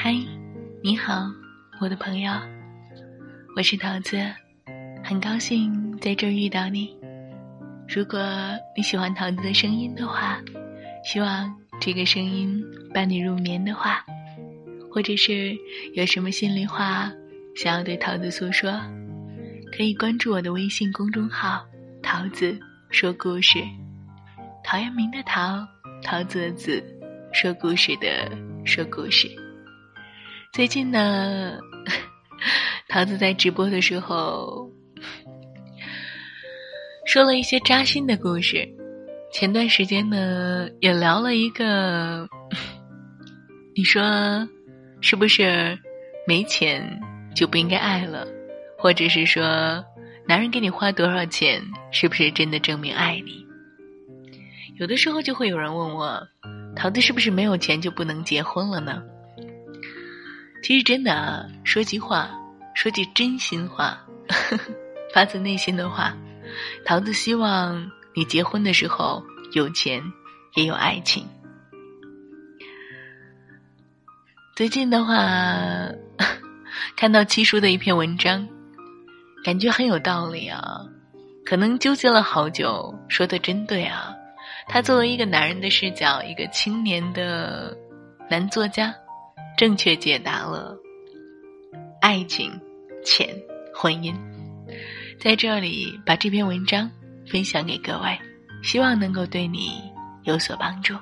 嗨，你好，我的朋友，我是桃子，很高兴在这儿遇到你。如果你喜欢桃子的声音的话，希望这个声音伴你入眠的话，或者是有什么心里话想要对桃子诉说，可以关注我的微信公众号桃子说故事，陶渊明的陶，桃子的子，说故事的说故事。最近呢，桃子在直播的时候说了一些扎心的故事。前段时间呢，也聊了一个，你说是不是没钱就不应该爱了？或者是说，男人给你花多少钱，是不是真的证明爱你？有的时候就会有人问我，桃子是不是没有钱就不能结婚了呢？其实真的啊，说句话，说句真心话，发自内心的话，桃子希望你结婚的时候有钱也有爱情。最近的话，看到七叔的一篇文章，感觉很有道理啊，可能纠结了好久，说的真对啊。他作为一个男人的视角，一个青年的男作家，正确解答了爱情、钱、婚姻。在这里把这篇文章分享给各位，希望能够对你有所帮助。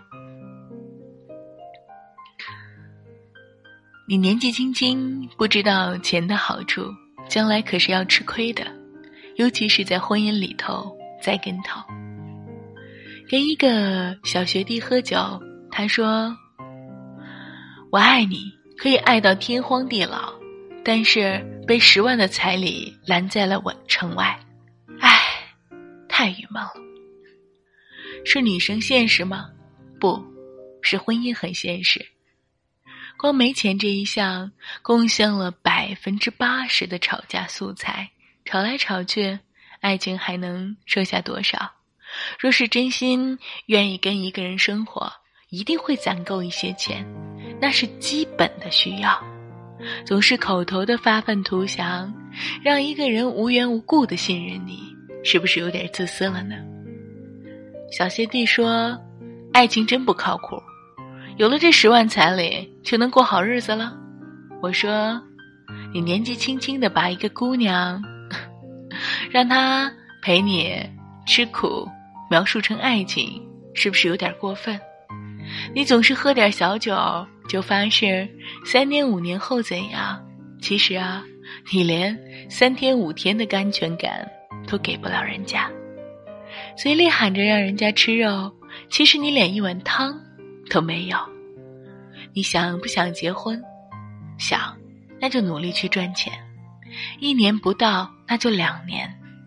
你年纪轻轻不知道钱的好处，将来可是要吃亏的，尤其是在婚姻里头栽跟头。跟一个小学弟喝酒，他说，我爱你，可以爱到天荒地老，但是被10万的彩礼拦在了我城外，唉，太郁闷了。是女生现实吗？不，是婚姻很现实。光没钱这一项贡献了80%的吵架素材，吵来吵去，爱情还能剩下多少？若是真心愿意跟一个人生活，一定会攒够一些钱，那是基本的需要。总是口头的发愤图强，让一个人无缘无故的信任你，是不是有点自私了呢？小学弟说，爱情真不靠谱，有了这10万彩礼就能过好日子了。我说，你年纪轻轻的把一个姑娘让她陪你吃苦描述成爱情，是不是有点过分？你总是喝点小酒就发誓3年5年后怎样，其实啊，你连3天5天的安全感都给不了人家。嘴里喊着让人家吃肉，其实你连一碗汤都没有。你想不想结婚？想，那就努力去赚钱，1年不到那就2年。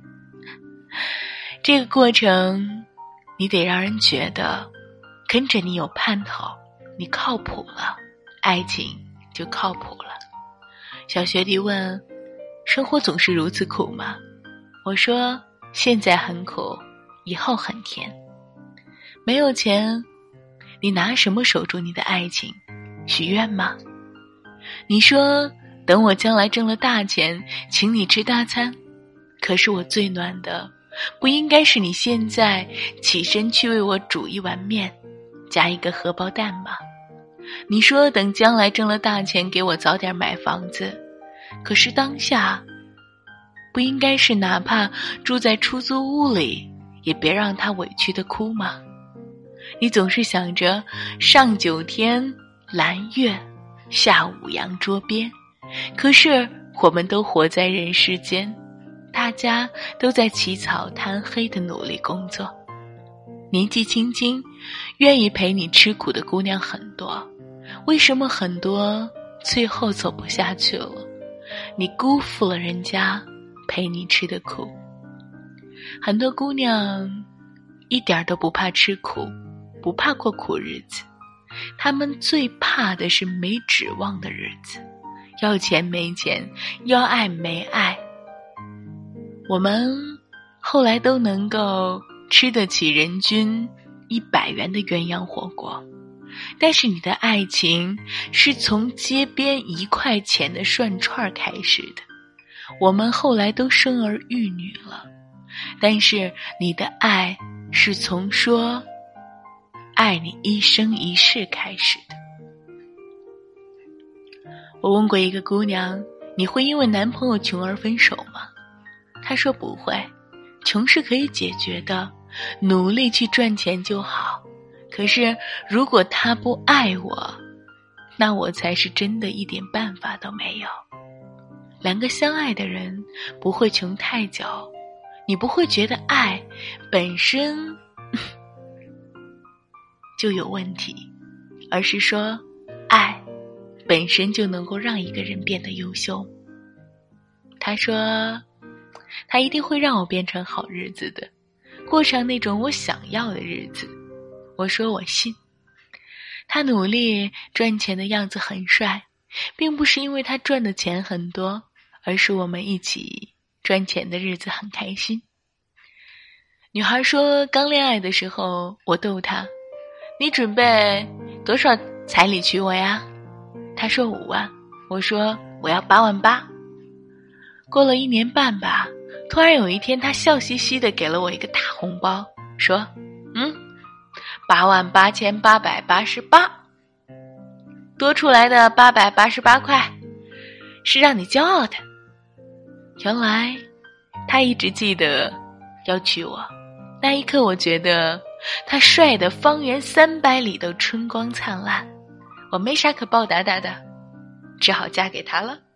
这个过程你得让人觉得跟着你有盼头，你靠谱了，爱情就靠谱了。小学弟问，生活总是如此苦吗？我说，现在很苦，以后很甜。没有钱，你拿什么守住你的爱情？许愿吗？你说，等我将来挣了大钱，请你吃大餐。可是我最暖的，不应该是你现在起身去为我煮一碗面，加一个荷包蛋吗？你说等将来挣了大钱给我早点买房子，可是当下不应该是哪怕住在出租屋里也别让他委屈的哭吗？你总是想着上9天蓝月，下5洋捉鳖，可是我们都活在人世间，大家都在起早贪黑的努力工作。年纪轻轻愿意陪你吃苦的姑娘很多，为什么很多最后走不下去了？你辜负了人家陪你吃的苦。很多姑娘一点都不怕吃苦，不怕过苦日子，她们最怕的是没指望的日子，要钱没钱，要爱没爱。我们后来都能够吃得起人均100元的鸳鸯火锅， 但是你的爱情是从街边1块钱的涮串开始的，我们后来都生儿育女了，但是你的爱是从说爱你一生一世开始的。我问过一个姑娘，你会因为男朋友穷而分手吗？她说不会，穷是可以解决的，努力去赚钱就好。可是如果他不爱我，那我才是真的一点办法都没有。两个相爱的人不会穷太久，你不会觉得爱本身就有问题，而是说爱本身就能够让一个人变得优秀。他说他一定会让我变成好日子的，过上那种我想要的日子。我说我信。他努力赚钱的样子很帅，并不是因为他赚的钱很多，而是我们一起赚钱的日子很开心。女孩说刚恋爱的时候，我逗她，你准备多少彩礼娶我呀？她说5万，我说我要8万8。过了1年半吧，突然有一天她笑嘻嘻地给了我一个大红包，说88888，多出来的888块是让你骄傲的。原来他一直记得要娶我，那一刻我觉得他帅得方圆300里都春光灿烂，我没啥可报答他的，只好嫁给他了。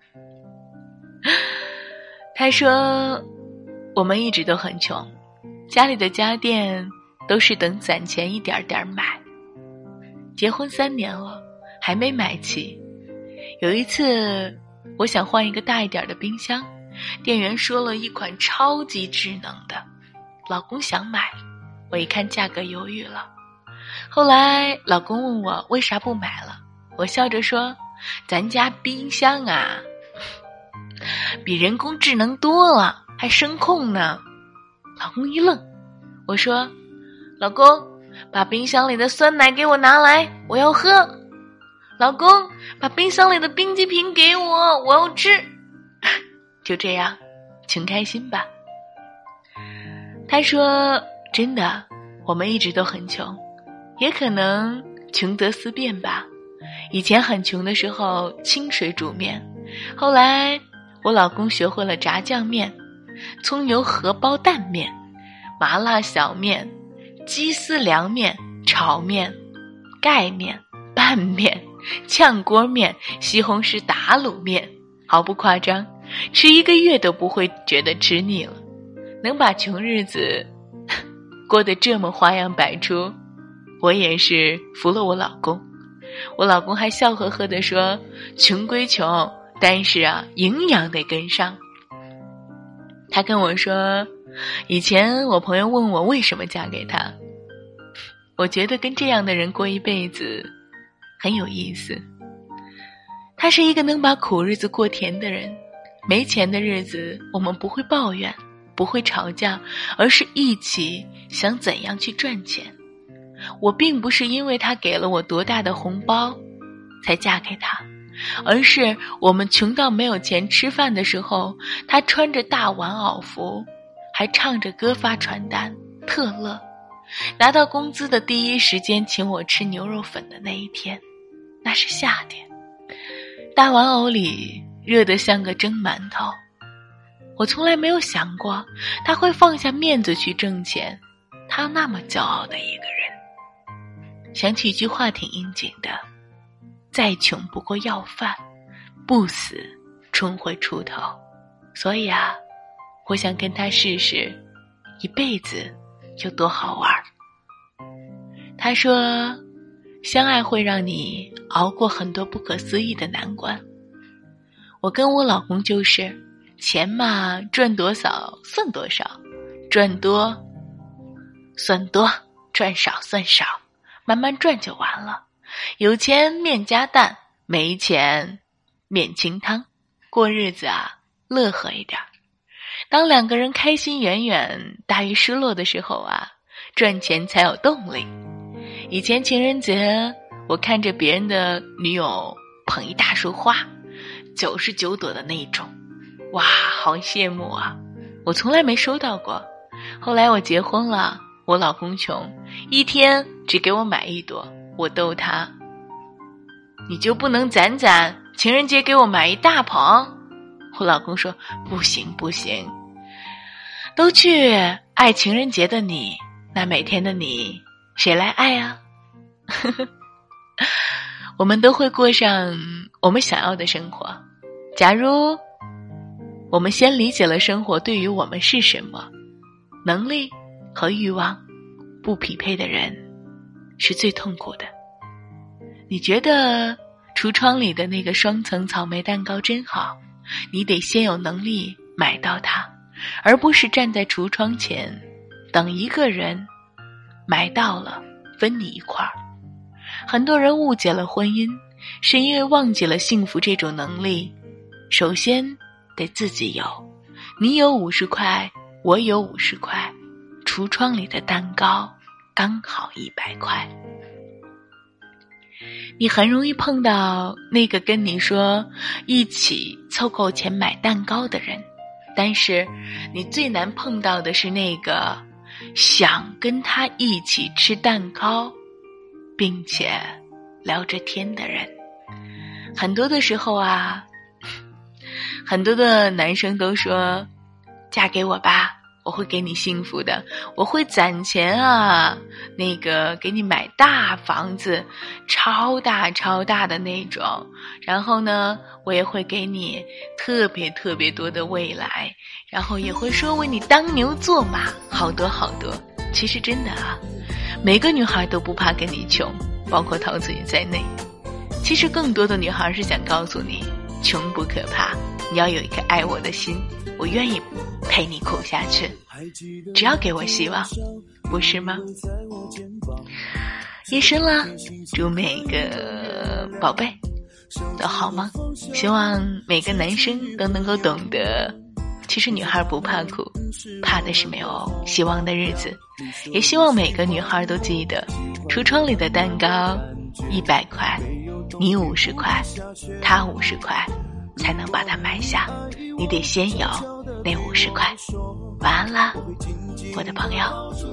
他说我们一直都很穷，家里的家电都是等攒钱一点点买，结婚3年了还没买齐。有一次我想换一个大一点的冰箱，店员说了一款超级智能的，老公想买，我一看价格犹豫了。后来老公问我为啥不买了，我笑着说咱家冰箱啊比人工智能多了，还声控呢。老公一愣，我说老公，把冰箱里的酸奶给我拿来，我要喝。老公，把冰箱里的冰激凌给我，我要吃。就这样，穷开心吧。他说真的，我们一直都很穷，也可能穷得思变吧。以前很穷的时候清水煮面，后来我老公学会了炸酱面、葱油荷包蛋面、麻辣小面、鸡丝凉面、炒面、盖面、拌面、炝锅面、西红柿打卤面，毫不夸张，吃1个月都不会觉得吃腻了。能把穷日子过得这么花样百出，我也是服了我老公。我老公还笑呵呵地说，穷归穷，但是营养得跟上。他跟我说，以前我朋友问我为什么嫁给他，我觉得跟这样的人过一辈子很有意思。他是一个能把苦日子过甜的人，没钱的日子我们不会抱怨，不会吵架，而是一起想怎样去赚钱。我并不是因为他给了我多大的红包才嫁给他，而是我们穷到没有钱吃饭的时候，他穿着大玩偶服，还唱着歌发传单，特乐。拿到工资的第一时间请我吃牛肉粉的那一天，那是夏天，大玩偶里热得像个蒸馒头。我从来没有想过他会放下面子去挣钱，他那么骄傲的一个人。想起一句话挺应景的，再穷不过要饭，不死终会出头。所以我想跟他试试一辈子有多好玩。他说相爱会让你熬过很多不可思议的难关。我跟我老公就是钱嘛，赚多少算多少，赚多算多，赚少算少，慢慢赚就完了。有钱面加蛋，没钱面清汤，过日子乐呵一点。当两个人开心远远大于失落的时候赚钱才有动力。以前情人节我看着别人的女友捧一大束花，99朵的那种，哇，好羡慕啊！我从来没收到过。后来我结婚了，我老公穷，一天只给我买1朵，我逗他，你就不能攒攒，情人节给我买一大捧？我老公说不行不行，都去爱情人节的你，那每天的你谁来爱啊？我们都会过上我们想要的生活。假如我们先理解了生活对于我们是什么，能力和欲望不匹配的人是最痛苦的。你觉得橱窗里的那个双层草莓蛋糕真好，你得先有能力买到它，而不是站在橱窗前等一个人买到了分你一块儿。很多人误解了婚姻，是因为忘记了幸福这种能力首先得自己有。你有50块，我有50块，橱窗里的蛋糕刚好100块。你很容易碰到那个跟你说一起凑够钱买蛋糕的人，但是你最难碰到的是那个想跟他一起吃蛋糕并且聊着天的人。很多的时候啊，很多的男生都说嫁给我吧，我会给你幸福的，我会攒钱啊，那个给你买大房子，超大超大的那种，然后呢我也会给你特别特别多的未来，然后也会说为你当牛做马，好多好多。其实真的啊，每个女孩都不怕跟你穷，包括陶子也在内。其实更多的女孩是想告诉你，穷不可怕，你要有一颗爱我的心，我愿意陪你苦下去，只要给我希望，不是吗？夜深了，祝每个宝贝都好吗？希望每个男生都能够懂得，其实女孩不怕苦，怕的是没有希望的日子。也希望每个女孩都记得，橱窗里的蛋糕100块，你50块，他50块，才能把它买下。你得先有那50块。晚安啦，我的朋友。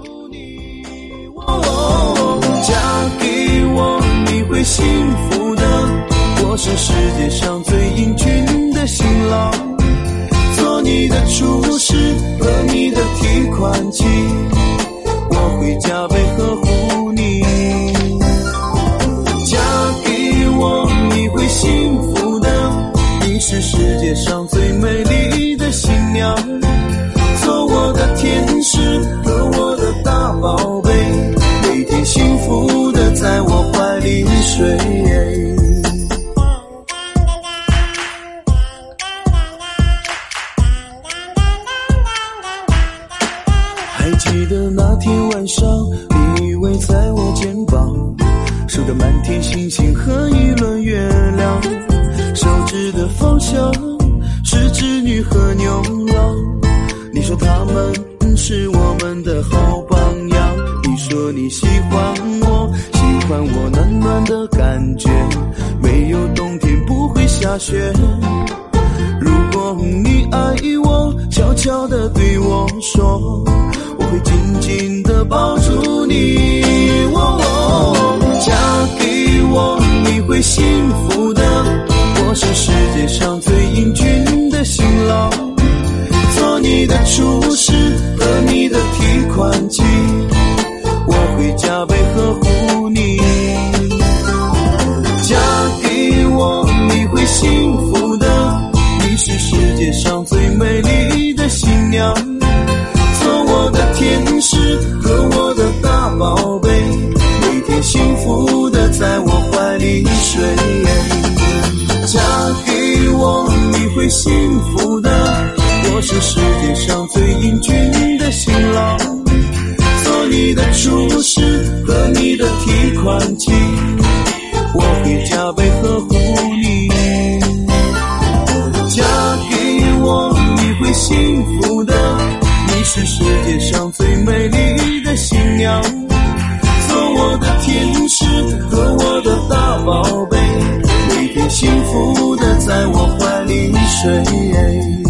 嫁给我，你会幸福的。我是世界上最英俊的新郎，做你的厨师和你的提款机，我会加倍呵护你。嫁给我，你会幸福的。你是世界上最美丽的新娘，做我的天使和我的大宝贝，每天幸福的在我怀里睡。还记得那天晚上，你依偎在我肩膀，数着满天星星和一轮月亮，手指的方向是织女和牛郎。你说他们是我们的好榜样，你说你喜欢我暖暖的感觉，没有冬天不会下雪。如果你爱我，悄悄地对我说，我会紧紧地抱住你。嫁给我，你会幸福的。我是世界上最英俊的新郎，做你的厨师和你的提款机，我会加倍呵护你。嫁给我，你会幸福的。你是世界上最美丽的新娘，做我的天使和我的大宝贝，每天幸福的在我怀里睡。嫁给我，你会幸福的。我是世界上最英俊的新郎，做你的厨师和你的提款机，我会加倍呵护你。嫁给我，你会幸福的。你是世界上最美丽的新娘，做我的天使和我的大追。